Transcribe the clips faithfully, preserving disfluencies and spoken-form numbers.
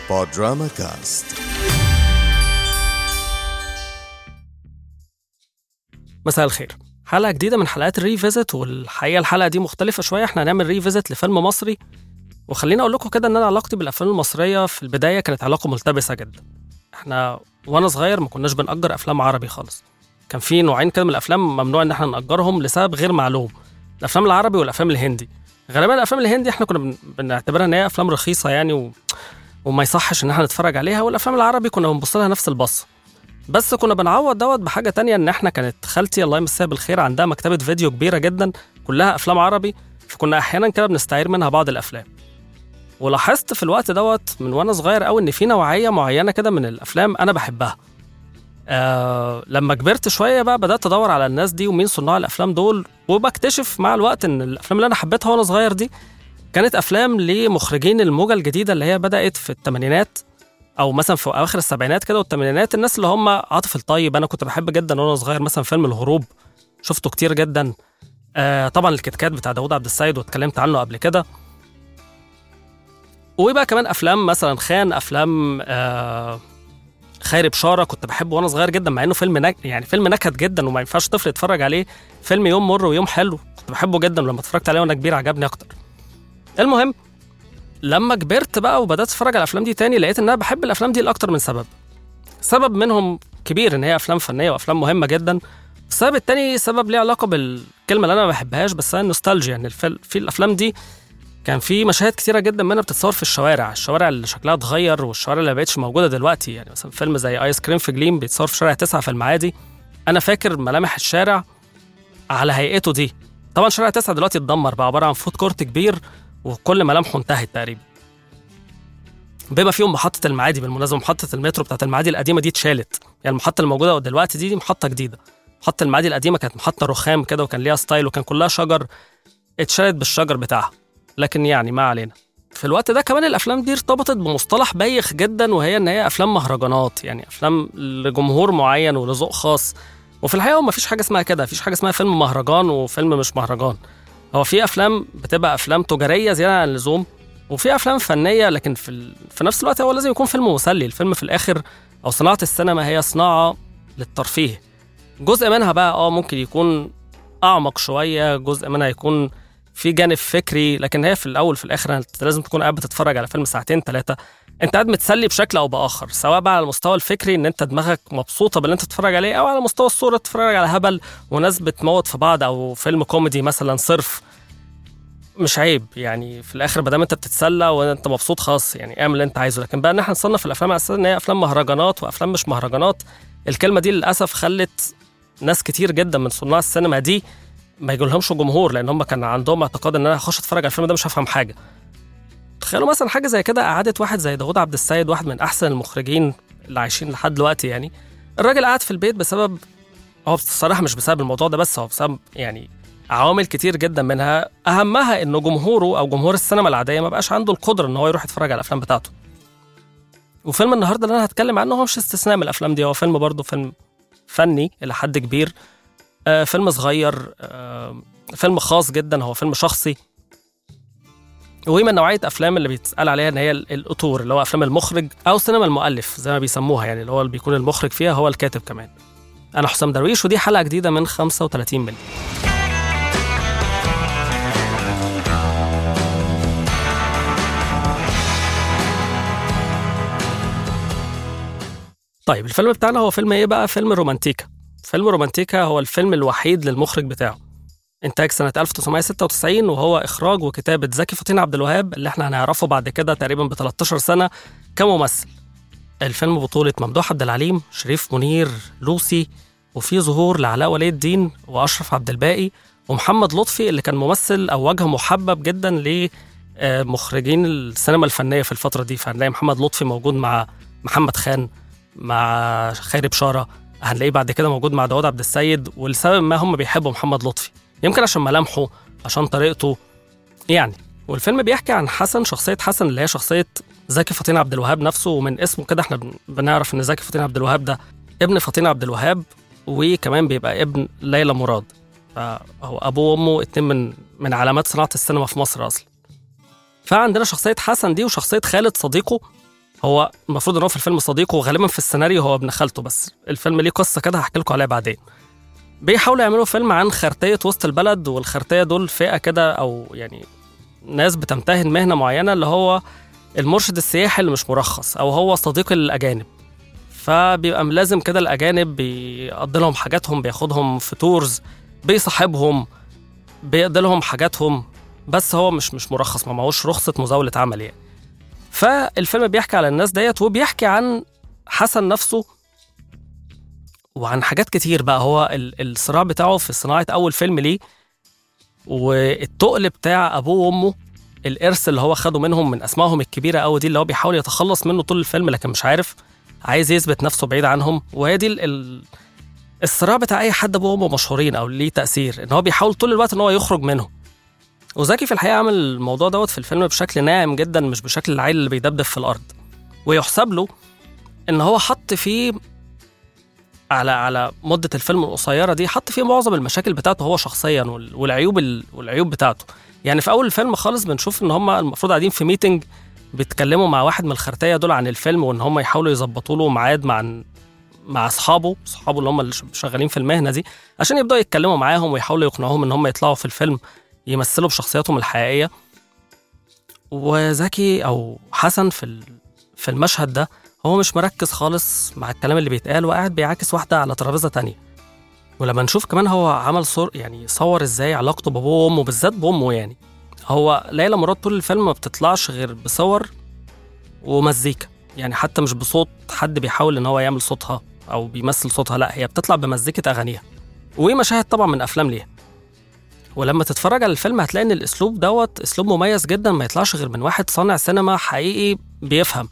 بودراما كاست. مساء الخير، حلقة جديدة من حلقات الريفيزت. والحقيقة الحلقة دي مختلفة شوية، احنا هنعمل ريفيزت لفيلم مصري. وخلينا أقول لكم كده إن أنا علاقتي بالأفلام المصرية في البداية كانت علاقة ملتبسة جدا. احنا وأنا صغير ما كناش بنأجر أفلام عربي خالص. كان في نوعين كده من الأفلام ممنوع إن احنا نأجرهم لسبب غير معلوم، الأفلام العربي والأفلام الهندي. غالبا الأفلام الهندي احنا كنا بن... بنعتبرها إن هي أفلام رخيصة يعني و... وما يصحش إن احنا نتفرج عليها، والأفلام العربي كنا بنبص لها نفس البصة. بس كنا بنعوض دوت بحاجة تانية، إن احنا كانت خالتي الله يمسيها بالخير عندها مكتبة فيديو كبيرة جدا كلها أفلام عربي، فكنا أحيانا كده بنستعير منها بعض الأفلام. ولاحظت في الوقت دوت من وأنا صغير قوي إن في نوعية معينة كده من الأفلام أنا بحبها. آه لما كبرت شوية بقى بدأت أدور على الناس دي ومين صناع الأفلام دول، وبكتشف مع الوقت إن الأفلام اللي أنا حبيتها وأنا صغير دي كانت أفلام لمخرجين الموجة الجديدة اللي هي بدأت في الثمانينات أو مثلا في أواخر السبعينات كده والثمانينات. الناس اللي هم عاطف الطيب أنا كنت بحب جدا وأنا صغير، مثلا فيلم الهروب شفته كتير جدا. آه طبعا الكتكات بتاع داوود عبد السيد واتكلمت عنه قبل كده. ويبقى كمان أفلام مثلا خان، أفلام آه خيري بشارة كنت بحبه وأنا صغير جدا، مع إنه فيلم نك... يعني فيلم نكد جدا وما ينفعش طفل يتفرج عليه. فيلم يوم مر ويوم حلو كنت بحبه جدا، ولما اتفرجت عليه وأنا كبير عجبني أكتر. المهم لما كبرت بقى وبدأت أتفرج على الأفلام دي تاني، لقيت إن أنا بحب الأفلام دي لأكتر من سبب. سبب منهم كبير إن هي أفلام فنية وأفلام مهمة جدا. السبب التاني سبب ليه علاقة بالكلمة اللي أنا ما بحبهاش بس هي النوستالجيا. يعني الفل... في الأفلام دي كان في مشاهد كتيرة جدا منها بتتصور في الشوارع، الشوارع اللي شكلها اتغير والشوارع اللي ما بقتش موجودة دلوقتي. يعني مثلا فيلم زي آيس كريم في جليم بيتصور في شارع تسعة في المعادي، أنا فاكر ملامح الشارع على هيئته دي. طبعا شارع تسعة دلوقتي اتدمر بقى عبارة عن فود كورت كبير وكل ملامحه انتهت تقريبا، بما فيهم محطة المعادي. بالمناسبة محطة المترو بتاعت المعادي القديمة دي اتشالت، يعني المحطة الموجودة دلوقتي دي, دي محطة جديدة. محطة المعادي القديمة كانت محطة رخام كده وكان ليها ستايل وكان كلها شجر، اتشالت بالشجر بتاعها. لكن يعني ما علينا. في الوقت ده كمان الأفلام دي ارتبطت بمصطلح بايخ جدا، وهي إن هي أفلام مهرجانات، يعني أفلام لجمهور معين ولذوق خاص. وفي الحقيقة ما فيش حاجة اسمها كده، مفيش حاجة اسمها فيلم مهرجان وفيلم مش مهرجان. هو في أفلام بتبقى أفلام تجارية زيادة عن اللزوم، وفي أفلام فنية، لكن في, ال... في نفس الوقت هو لازم يكون فيلم مسلي. الفيلم في الآخر أو صناعة السينما هي صناعة للترفيه. جزء منها بقى آه ممكن يكون أعمق شوية، جزء منها يكون في جانب فكري، لكن هي في الأول في الآخر أنت لازم تكون قاعد بتتفرج على فيلم ساعتين ثلاثة أنت قاعد متسلي بشكل أو بآخر، سواء بقى على المستوى الفكري إن أنت دماغك مبسوطة باللي أنت تتفرج عليه، أو على مستوى الصورة تتفرج على هبل وناس بتموت في بعض، أو فيلم كوميدي مثلا صرف. مش عيب يعني في الآخر بدام أنت بتتسلى وأنت مبسوط خلاص، يعني اعمل اللي أنت عايزه. لكن بقى إن احنا نصنف الأفلام على أساس إن هي أفلام مهرجانات وأفلام مش مهرجانات، الكلمة دي للأسف خلت ناس كتير جدا من صناع السينما دي ما يجولهمش جمهور، لان هم كان عندهم اعتقاد ان انا هخش اتفرج على الفيلم ده مش هفهم حاجه. تخيلوا مثلا حاجه زي كده قعدت واحد زي داوود عبد السيد، واحد من احسن المخرجين اللي عايشين لحد دلوقتي. يعني الراجل قاعد في البيت بسبب، هو بصراحه مش بسبب الموضوع ده بس، هو بسبب يعني عوامل كتير جدا، منها اهمها انه جمهوره او جمهور السينما العاديه ما بقاش عنده القدره ان هو يروح يتفرج على الافلام بتاعته. وفيلم النهارده اللي انا هتكلم عنه هو مش استثناء من الافلام دي، هو فيلم برضه فيلم فني الى حد كبير، آه فيلم صغير، آه فيلم خاص جدا، هو فيلم شخصي. وهي من نوعية أفلام اللي بيتسأل عليها إن هي الأطور، اللي هو أفلام المخرج أو سينما المؤلف زي ما بيسموها، يعني اللي هو اللي بيكون المخرج فيها هو الكاتب كمان. أنا حسام درويش ودي حلقة جديدة من خمسة وثلاثين ملي. طيب الفيلم بتاعنا هو فيلم إيه بقى؟ فيلم رومانتيكا. فيلم رومانتيكا هو الفيلم الوحيد للمخرج بتاعه، إنتاج سنة ألف وتسعمائة وستة وتسعين، وهو إخراج وكتابة زكي فطين عبد الوهاب اللي إحنا هنعرفه بعد كده تقريبا ب ثلاثة عشر سنة كممثل. الفيلم بطولة ممدوح عبد العليم، شريف منير، لوسي، وفي ظهور لعلاء ولي الدين وأشرف عبد الباقي ومحمد لطفي اللي كان ممثل أو وجه محبب جدا لمخرجين السينما الفنية في الفترة دي. فهنلاقي محمد لطفي موجود مع محمد خان، مع خيري بشارة، هنلاقيه بعد كده موجود مع داوود عبد السيد. ولسبب ما هم بيحبوا محمد لطفي، يمكن عشان ملامحه، عشان طريقته يعني. والفيلم بيحكي عن حسن، شخصية حسن اللي هي شخصية زكي فطين عبد الوهاب نفسه، ومن اسمه كده احنا بنعرف ان زكي فطين عبد الوهاب ده ابن فطين عبد الوهاب، وكمان بيبقى ابن ليلى مراد. فهو ابوه وامه اتنين من من علامات صناعة السينما في مصر اصلا. فعندنا شخصية حسن دي وشخصية خالد صديقه، هو المفروض ان هو في الفيلم صديقه، وغالبا في السيناريو هو ابن خالته، بس الفيلم ليه قصه كده هحكي لكم عليها بعدين. بيحاولوا يعملوا فيلم عن خرتيه وسط البلد، والخرتيه دول فئه كده او يعني ناس بتمتهن مهنه معينه، اللي هو المرشد السياحي اللي مش مرخص، او هو صديق الاجانب. فبيبقى لازم كده الاجانب بيقضي لهم حاجاتهم، بياخدهم في تورز، بيصاحبهم، بيقضي لهم حاجاتهم، بس هو مش مش مرخص، ما معهوش رخصه مزاوله عمل يعني. فالفيلم بيحكي على الناس ديت، وبيحكي عن حسن نفسه وعن حاجات كتير بقى. هو الصراع بتاعه في صناعه اول فيلم ليه، والتقل بتاع ابوه وامه، الارث اللي هو خده منهم من اسمائهم الكبيره قوي دي، اللي هو بيحاول يتخلص منه طول الفيلم لكن مش عارف، عايز يثبت نفسه بعيد عنهم. وهي دي ال... الصراع بتاع اي حد ابوه وامه مشهورين او ليه تاثير، ان هو بيحاول طول الوقت ان هو يخرج منه. وزكي في الحقيقه عمل الموضوع دوت في الفيلم بشكل ناعم جدا، مش بشكل العيل اللي بيدبدب في الارض. ويحسب له ان هو حط فيه على على مده الفيلم القصيره دي، حط فيه معظم المشاكل بتاعته هو شخصيا والعيوب ال... والعيوب بتاعته. يعني في اول الفيلم خالص بنشوف ان هم المفروض قاعدين في ميتنج، بيتكلموا مع واحد من الخرتيه دول عن الفيلم، وان هم يحاولوا يظبطوا له ميعاد مع مع اصحابه اصحابه اللي هم اللي شغالين في المهنه دي، عشان يبداوا يتكلموا معاهم ويحاولوا يقنعوهم ان هم يطلعوا في الفيلم يمثلوا بشخصياتهم الحقيقيه. وزكي او حسن في في المشهد ده هو مش مركز خالص مع الكلام اللي بيتقال، وقاعد بيعاكس واحده على ترابيزه تانية. ولما نشوف كمان هو عمل صور، يعني صور ازاي علاقته بابوه وامه، بالذات بامه. يعني هو ليلى مراد طول الفيلم ما بتطلعش غير بصور ومزيكا، يعني حتى مش بصوت حد بيحاول ان هو يعمل صوتها او بيمثل صوتها، لا هي بتطلع بمزيكة اغانيها ومشاهد طبعا من افلام ليها. ولما تتفرج على الفيلم هتلاقي ان الاسلوب دوت اسلوب مميز جدا، ما يطلعش غير من واحد صانع سينما حقيقي بيفهم.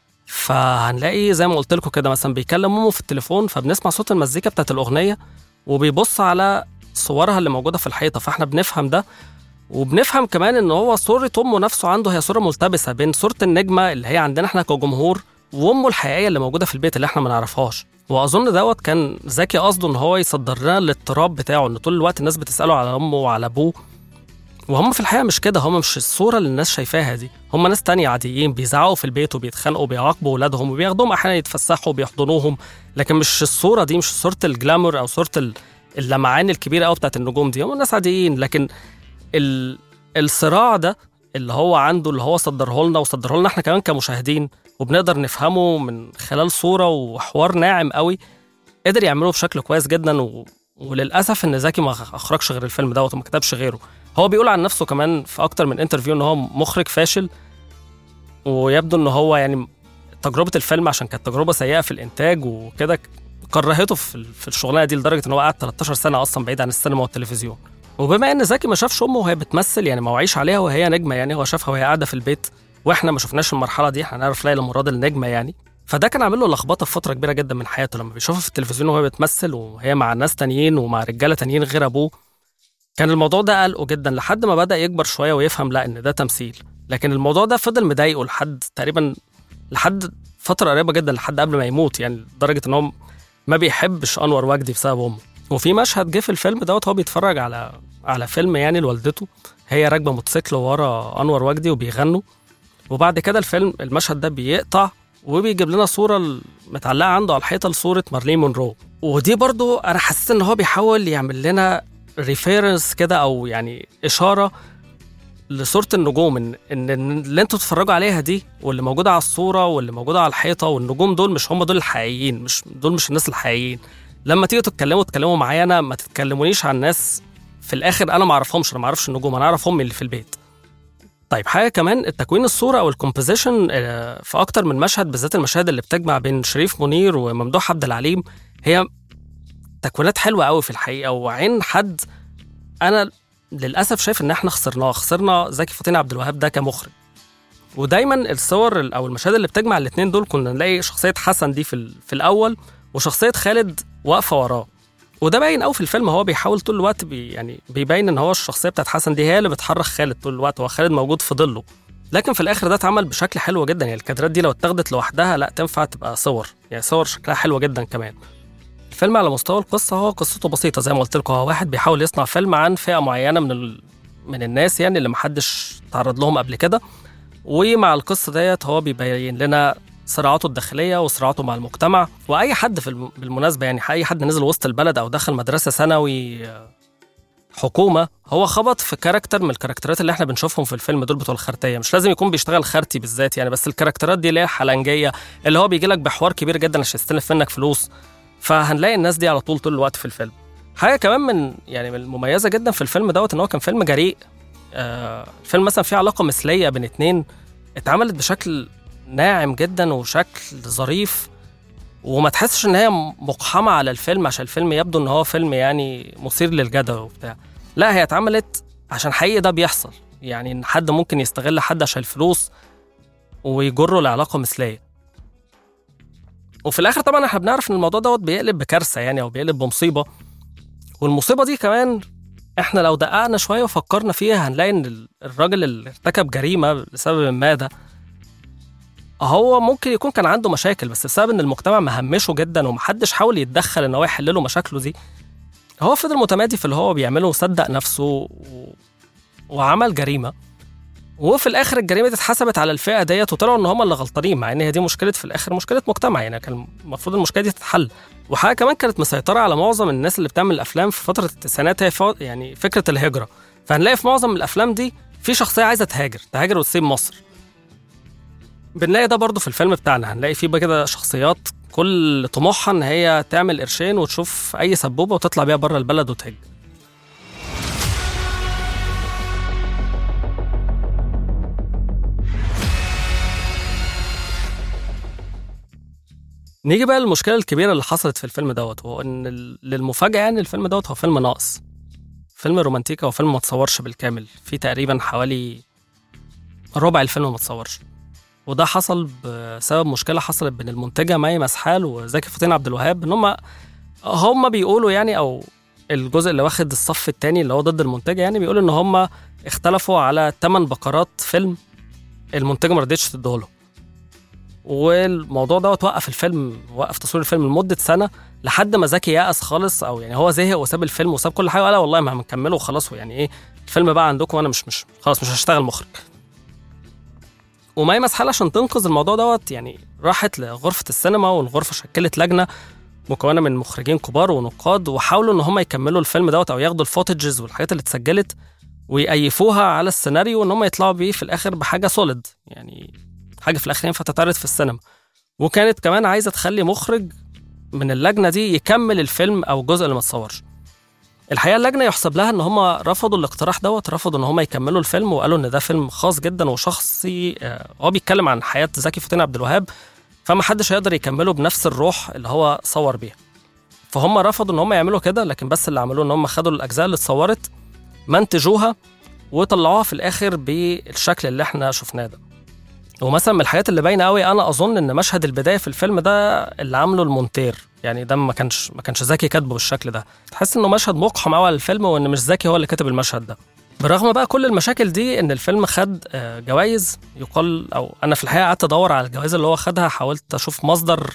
فهنلاقي زي ما قلت لكم كده، مثلا بيكلم امه في التليفون، فبنسمع صوت المزيكا بتاعت الاغنيه، وبيبص على صورها اللي موجوده في الحيطه، فاحنا بنفهم ده. وبنفهم كمان ان هو صوره امه نفسه عنده هي صوره ملتبسه بين صوره النجمه اللي هي عندنا احنا كجمهور، وامه الحقيقيه اللي موجوده في البيت اللي احنا ما نعرفهاش. واظن دوت كان زكي قصده ان هو يصدر لنا الاضطراب بتاعه، ان طول الوقت الناس بتساله على امه وعلى ابوه، وهم في الحقيقه مش كده، هم مش الصوره اللي الناس شايفاها دي، هم ناس تانية عاديين بيزعقوا في البيت وبيتخانقوا وبيعاقبوا اولادهم وبياخدوهم احيانا يتفسحوا وبيحضنوهم، لكن مش الصوره دي، مش صوره الجلامور او صوره اللمعان الكبيره قوي بتاعت النجوم دي. هم ناس عاديين، لكن ال... الصراع ده اللي هو عنده، اللي هو صدره لنا وصدره لنا احنا كمان كمشاهدين، وبنقدر نفهمه من خلال صوره وحوار ناعم قوي، قدر يعمله بشكل كويس جدا. و... وللاسف ان زكي ما اخرجش غير الفيلم دوت وما كتبش غيره. هو بيقول عن نفسه كمان في اكتر من انترفيو ان هو مخرج فاشل، ويبدو ان هو يعني تجربه الفيلم عشان كانت تجربه سيئه في الانتاج وكده كرهته في في الشغلانه دي، لدرجه ان هو قعد تلتاشر سنه اصلا بعيد عن السينما والتلفزيون. وبما ان زكي ما شافش امه وهي بتمثل، يعني ما وعيش عليها وهي نجمه، يعني هو شافها وهي قاعده في البيت، واحنا ما شفناش المرحله دي، احنا نعرف ليلى مراد النجمه يعني. فده كان عامل له لخبطه في فتره كبيره جدا من حياته، لما بيشوفها في التلفزيون وهي بتمثل وهي مع ناس تانيين ومع رجاله تانيين غير ابوه، كان الموضوع ده قلقه جدا لحد ما بدا يكبر شويه ويفهم لا ان ده تمثيل. لكن الموضوع ده فضل مضايقه لحد تقريبا لحد فتره قريبه جدا، لحد قبل ما يموت، يعني لدرجه ان هو ما بيحبش انور وجدي بسبب امه. وفي مشهد جه في الفيلم دوت هو بيتفرج على على فيلم يعني لوالدته، هي راكبه موتوسيكل ورا انور وجدي وبيغنوا، وبعد كده الفيلم المشهد ده بيقطع وبيجيب لنا صوره متعلقه عنده على الحيطه لصوره مارلين مونرو. ودي برضو انا حسيت ان هو بيحاول يعمل لنا ريفيرنس كده، او يعني اشاره لصوره النجوم، ان ان اللي انتوا تتفرجوا عليها دي واللي موجوده على الصوره واللي موجوده على الحيطه والنجوم دول مش هم دول الحقيقيين، مش دول مش الناس الحقيقيين. لما تيجوا تتكلموا تتكلموا معايا انا، ما تتكلمونيش عن ناس في الاخر انا ما اعرفهمش، انا ما اعرفش النجوم، انا اعرف امي اللي في البيت. طيب حاجه كمان، التكوين الصوره او الكومبوزيشن في اكتر من مشهد، بالذات المشاهد اللي بتجمع بين شريف منير وممدوح عبد العليم، هي تكوينات حلوه قوي في الحقيقه، وعين حد انا للاسف شايف ان احنا خسرناه خسرنا زكي فطين عبد الوهاب ده كمخرج. ودايما الصور او المشاهد اللي بتجمع الاثنين دول كنا نلاقي شخصيه حسن دي في في الاول وشخصيه خالد واقفه وراه، وده باين قوي في الفيلم. هو بيحاول طول الوقت بي يعني بيبين ان هو الشخصيه بتاعت حسن دي هي اللي بتحرك خالد طول الوقت، هو خالد موجود في ظله، لكن في الاخر ده اتعمل بشكل حلو جدا. يعني الكادرات دي لو اتاخدت لوحدها لا تنفع تبقى صور، يعني صور شكلها حلوه جدا كمان. الفيلم على مستوى القصه هو قصته بسيطه زي ما قلت لكم، هو واحد بيحاول يصنع فيلم عن فئه معينه من ال... من الناس يعني اللي محدش تعرض لهم قبل كده، ومع القصه ديت هو بيبين لنا صراعاته الداخليه وصراعاته مع المجتمع. واي حد في الم... بالمناسبه يعني اي حد نزل وسط البلد او دخل مدرسه ثانوي حكومه هو خبط في كاركتر من الكاركترات اللي احنا بنشوفهم في الفيلم دول بتوع الخرتيه. مش لازم يكون بيشتغل خرتي بالذات يعني، بس الكاركترات دي اللي هي حلنجيه، اللي هو بيجي لك بحوار كبير جدا عشان يستلف منك فلوس. فهنلاقي الناس دي على طول طول الوقت في الفيلم. حاجه كمان من يعني من المميزه جدا في الفيلم دوت ان هو كان فيلم جريء. آه الفيلم مثلا فيه علاقه مثليه بين اتنين اتعملت بشكل ناعم جدا وشكل ظريف، وما تحسش ان هي مقحمه على الفيلم عشان الفيلم يبدو ان هو فيلم يعني مثير للجدل وبتاع. لا، هي اتعملت عشان حقيقي ده بيحصل، يعني ان حد ممكن يستغل حد عشان الفلوس ويجره لعلاقه مثليه. وفي الاخر طبعا احنا بنعرف ان الموضوع دوت بيقلب بكارثه يعني، او بيقلب بمصيبه. والمصيبه دي كمان احنا لو دققنا شويه وفكرنا فيها هنلاقي ان الراجل اللي ارتكب جريمه لسبب ما ده هو ممكن يكون كان عنده مشاكل، بس بسبب ان المجتمع مهمشه جدا ومحدش حاول يتدخل ان هو يحل له مشاكله دي، هو فضل متمادي في اللي هو بيعمله وصدق نفسه و... وعمل جريمه. وفي الاخر الجريمه دي اتحسبت على الفئه ديت وطلعوا ان هم اللي غلطانين، مع ان هي دي مشكله في الاخر مشكله مجتمع يعني، كان المفروض المشكله دي تتحل. وحاجه كمان كانت مسيطره على معظم الناس اللي بتعمل الافلام في فتره التسعينات هي فو... يعني فكره الهجره. فهنلاقي في معظم الافلام دي في شخصيه عايزه تهاجر تهاجر وتسيب مصر. بنلاقي ده برضو في الفيلم بتاعنا، هنلاقي فيه بقى كده شخصيات كل طموحها ان هي تعمل قرشين وتشوف اي سبوبه وتطلع بيها بره البلد وتهج. نيجي بقى للمشكله الكبيره اللي حصلت في الفيلم دوت، وهو ان للمفاجاه يعني الفيلم دوت هو فيلم ناقص، فيلم رومانتيكا وفيلم ما تصورش بالكامل، في تقريبا حوالي ربع الفيلم ما تصورش. وده حصل بسبب مشكله حصلت بين المنتجه مي مسحال وزكي فطين عبد الوهاب، ان هم هم بيقولوا يعني، او الجزء اللي واخد الصف الثاني اللي هو ضد المنتجه يعني بيقولوا ان هم اختلفوا على ثمان بقرات فيلم المنتجه ما رضتش تديهوله. والموضوع ده توقف الفيلم، وقف تصوير الفيلم لمده سنه لحد ما زكي يأس خالص، او يعني هو زهق وساب الفيلم وساب كل حاجه وقال والله ما هنكمله وخلاص، يعني ايه الفيلم بقى عندكم وانا مش مش خلاص مش هشتغل مخرج. ومي مسحال عشان تنقذ الموضوع دوت يعني راحت لغرفه السينما، والغرفه شكلت لجنه مكونه من مخرجين كبار ونقاد، وحاولوا ان هم يكملوا الفيلم دوت او ياخدوا الفوتجز والحاجات اللي اتسجلت ويأيفوها على السيناريو ان هم يطلعوا بيه في الاخر بحاجه سوليد، يعني حاجه في الاخر ينفع تتعرض في السينما. وكانت كمان عايزه تخلي مخرج من اللجنه دي يكمل الفيلم او الجزء اللي ما اتصورش. الحقيقه اللجنه يحسب لها ان هم رفضوا الاقتراح دوت، رفضوا ان هم يكملوا الفيلم وقالوا ان ده فيلم خاص جدا وشخصي، هو بيتكلم عن حياه زكي فطين عبد الوهاب، فما حدش هيقدر يكمله بنفس الروح اللي هو صور بيها. فهم رفضوا ان هم يعملوا كده، لكن بس اللي عملوه ان هم خدوا الاجزاء اللي اتصورت منتجوها وطلعوها في الاخر بالشكل اللي احنا شفناه ده. ومثلا من الحاجات اللي باينه قوي انا اظن ان مشهد البدايه في الفيلم ده اللي عامله المونتير، يعني ده ما كانش ما كانش زكي كاتبه بالشكل ده، تحس انه مشهد مقحم قوي على الفيلم وان مش زكي هو اللي كاتب المشهد ده. برغم بقى كل المشاكل دي ان الفيلم خد جوائز يقال، او انا في الحقيقه قعدت ادور على الجوائز اللي هو خدها، حاولت اشوف مصدر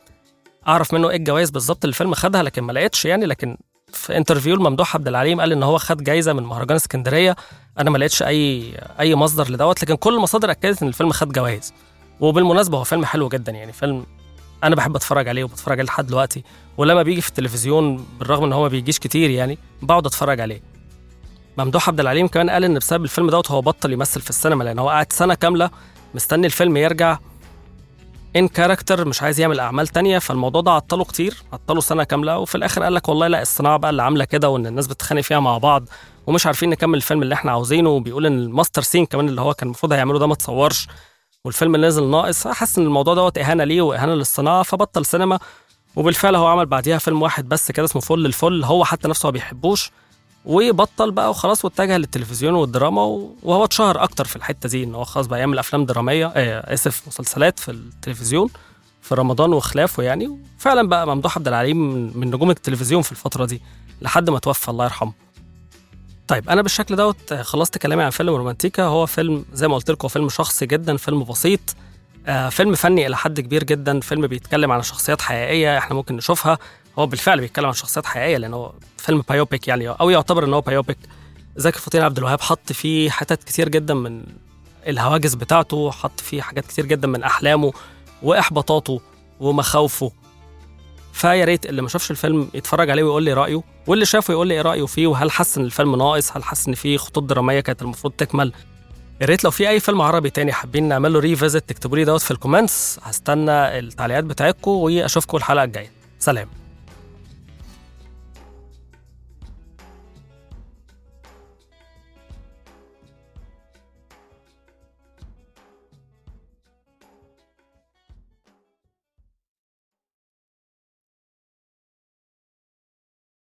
اعرف منه ايه الجوائز بالظبط اللي الفيلم خدها لكن ما لقيتش يعني. لكن في انترفيو الممدوح عبد العليم قال ان هو خد جايزه من مهرجان اسكندريه، انا ما لقيتش اي اي مصدر لدوت، لكن كل المصادر اكدت ان الفيلم خد جوائز. وبالمناسبه هو فيلم حلو جدا يعني، فيلم انا بحب اتفرج عليه وبتفرج عليه لحد دلوقتي، ولما بيجي في التلفزيون بالرغم ان هو ما بيجيش كتير يعني بقعد اتفرج عليه. ممدوح عبد العليم كمان قال ان بسبب الفيلم دوت هو بطل يمثل في السينما، لان هو قاعد سنه كامله مستني الفيلم يرجع ان كاركتر، مش عايز يعمل اعمال تانية، فالموضوع ده عطله كتير، عطله سنه كامله. وفي الاخر قال لك والله لا، الصناعه بقى اللي عامله كده وان الناس بتتخانق فيها مع بعض ومش عارفين نكمل الفيلم اللي احنا عاوزينه، وبيقول ان الماستر سين كمان اللي هو كان المفروض هيعمله ده ما تصورش والفيلم اللي نزل ناقص. حس ان الموضوع دوت اهانه ليه واهانه للصناعه، فبطل سينما. وبالفعل هو عمل بعديها فيلم واحد بس كده اسمه فل الفل، هو حتى نفسه ما بيحبوش وبطل بقى وخلاص، واتجه للتلفزيون والدراما، وهو اتشهر اكتر في الحته دي ان هو خلاص بقى يعمل افلام دراميه آه اسف مسلسلات في التلفزيون في رمضان وخلافه يعني. وفعلا بقى ممدوح عبد العليم من نجوم التلفزيون في الفتره دي لحد ما توفى الله يرحمه. طيب انا بالشكل دوت خلصت كلامي عن فيلم رومانتيكا. هو فيلم زي ما قلت لكم فيلم شخصي جدا، فيلم بسيط، آه فيلم فني الى حد كبير جدا، فيلم بيتكلم عن شخصيات حقيقيه احنا ممكن نشوفها. هو بالفعل بيتكلم عن شخصيات حقيقيه لان هو فيلم بايوبيك يعني، او يعتبر ان هو بايوبيك. زكي فطين عبد الوهاب حط فيه حتت كتير جدا من الهواجس بتاعته، حط فيه حاجات كتير جدا من احلامه واحباطاته ومخاوفه. فيا ريت اللي ما شافش الفيلم يتفرج عليه ويقول لي رايه، واللي شافه يقول لي ايه رايه فيه، وهل حس ان الفيلم ناقص، هل حس ان فيه خطوط دراميه كانت المفروض تكمل. يا ريت لو في اي فيلم عربي تاني حابين نعمل له ريفيزيت تكتبوا لي دوت في الكومنتس. هستنى التعليقات بتاعتكم واشوفكم الحلقه الجايه. سلام.